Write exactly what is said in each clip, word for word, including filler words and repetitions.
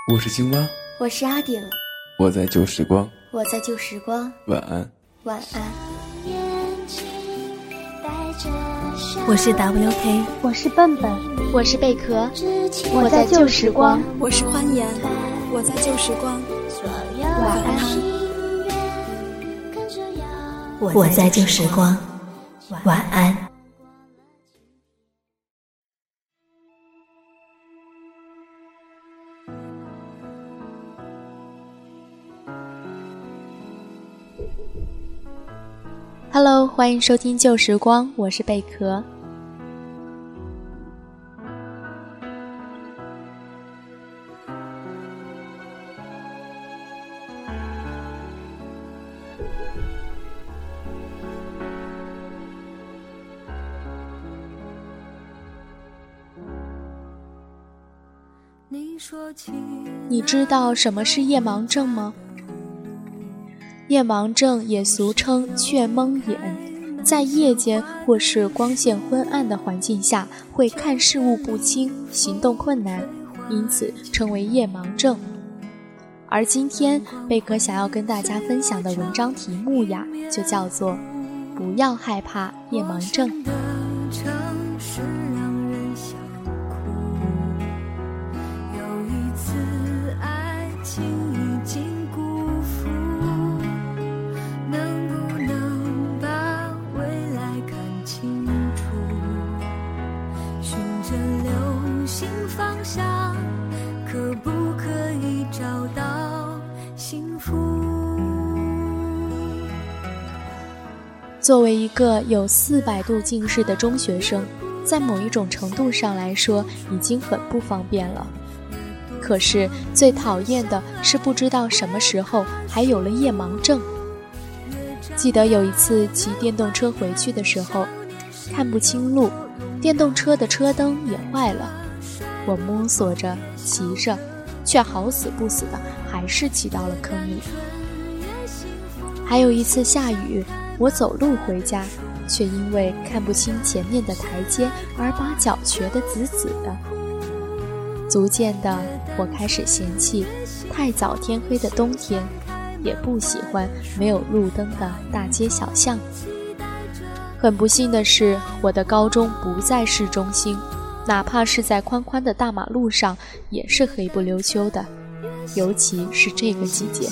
我是青蛙， 我是阿顶， 我在旧时光， 我在旧时光， 晚安， 晚安。 我是 W K， 我是笨笨， 我是贝壳， 我在旧时光， 我是欢颜，我在旧时光， 晚安。 我在旧时光，晚安。 Hello， 欢迎收听旧时光，我是贝壳。你知道什么是夜盲症吗？夜盲症也俗称雀蒙眼，在夜间或是光线昏暗的环境下，会看事物不清，行动困难，因此称为夜盲症。而今天贝壳想要跟大家分享的文章题目呀，就叫做不要害怕夜盲症。作为一个有四百度近视的中学生，在某一种程度上来说已经很不方便了。可是最讨厌的是不知道什么时候还有了夜盲症。记得有一次骑电动车回去的时候，看不清路，电动车的车灯也坏了。我摸索着骑着，却好死不死的还是骑到了坑里。还有一次下雨，我走路回家，却因为看不清前面的台阶而把脚瘸得紫紫的。逐渐的，我开始嫌弃太早天黑的冬天，也不喜欢没有路灯的大街小巷。很不幸的是，我的高中不在市中心，哪怕是在宽宽的大马路上，也是黑不溜秋的，尤其是这个季节。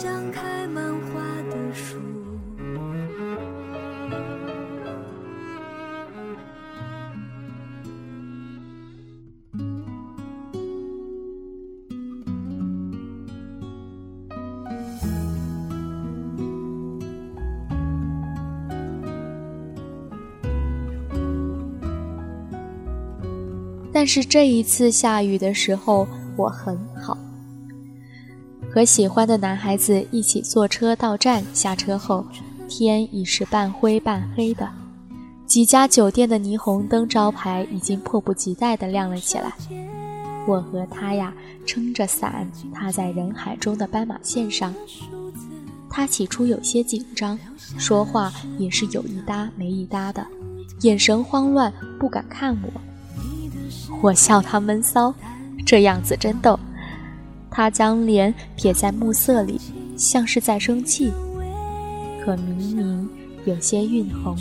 但是这一次下雨的时候，我很好。和喜欢的男孩子一起坐车到站，下车后，天已是半灰半黑的，几家酒店的霓虹灯招牌已经迫不及待地亮了起来。我和他呀，撑着伞踏在人海中的斑马线上。他起初有些紧张，说话也是有一搭没一搭的，眼神慌乱，不敢看我。我笑他闷骚，这样子真逗。他将脸撇在暮色里，像是在生气，可明明有些晕红。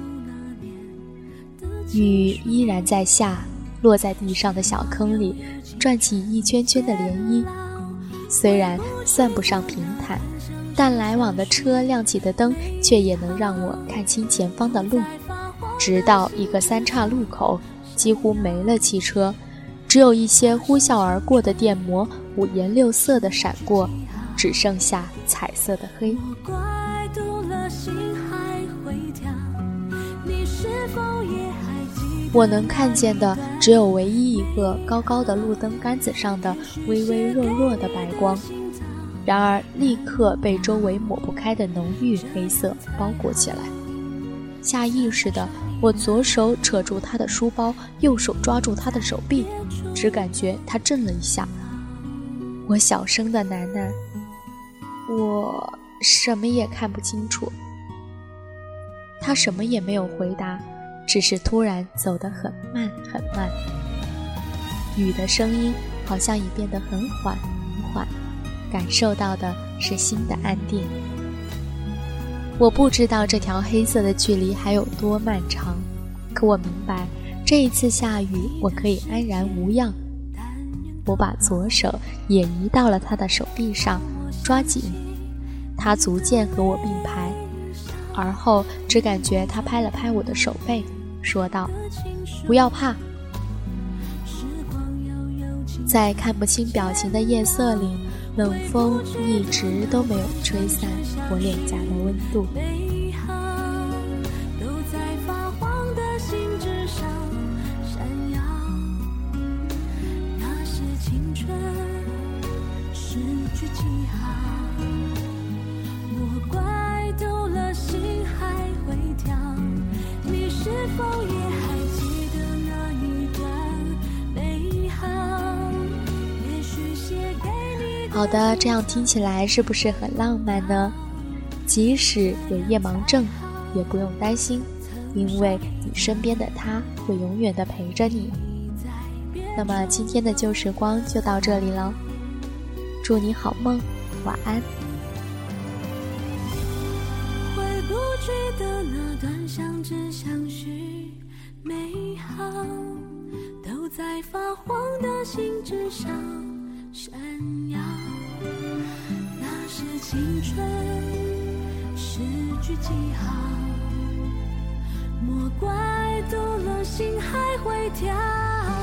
雨依然在下，落在地上的小坑里，转起一圈圈的涟漪。虽然算不上平坦，但来往的车亮起的灯却也能让我看清前方的路。直到一个三岔路口，几乎没了汽车，只有一些呼啸而过的电摩五颜六色的闪过，只剩下彩色的黑。我能看见的只有唯一一个高高的路灯杆子上的微微弱弱的白光，然而立刻被周围抹不开的浓郁黑色包裹起来。下意识的，我左手扯住他的书包，右手抓住他的手臂，只感觉他震了一下。我小声的喃喃，我什么也看不清楚。他什么也没有回答，只是突然走得很慢很慢。雨的声音好像已变得很缓缓，感受到的是心的安定。我不知道这条黑色的距离还有多漫长，可我明白这一次下雨我可以安然无恙。我把左手也移到了他的手臂上，抓紧，他逐渐和我并排，而后只感觉他拍了拍我的手背，说道：不要怕。在看不清表情的夜色里，冷风一直都没有吹散我脸颊的温度。好的，这样听起来是不是很浪漫呢？即使有夜盲症，也不用担心，因为你身边的他会永远的陪着你。那么今天的旧时光就到这里了，祝你好梦，晚安。 回不去的那段相知相许美好，都在发黄的信纸上闪耀。那是青春，诗句记号，莫怪读了心还会跳。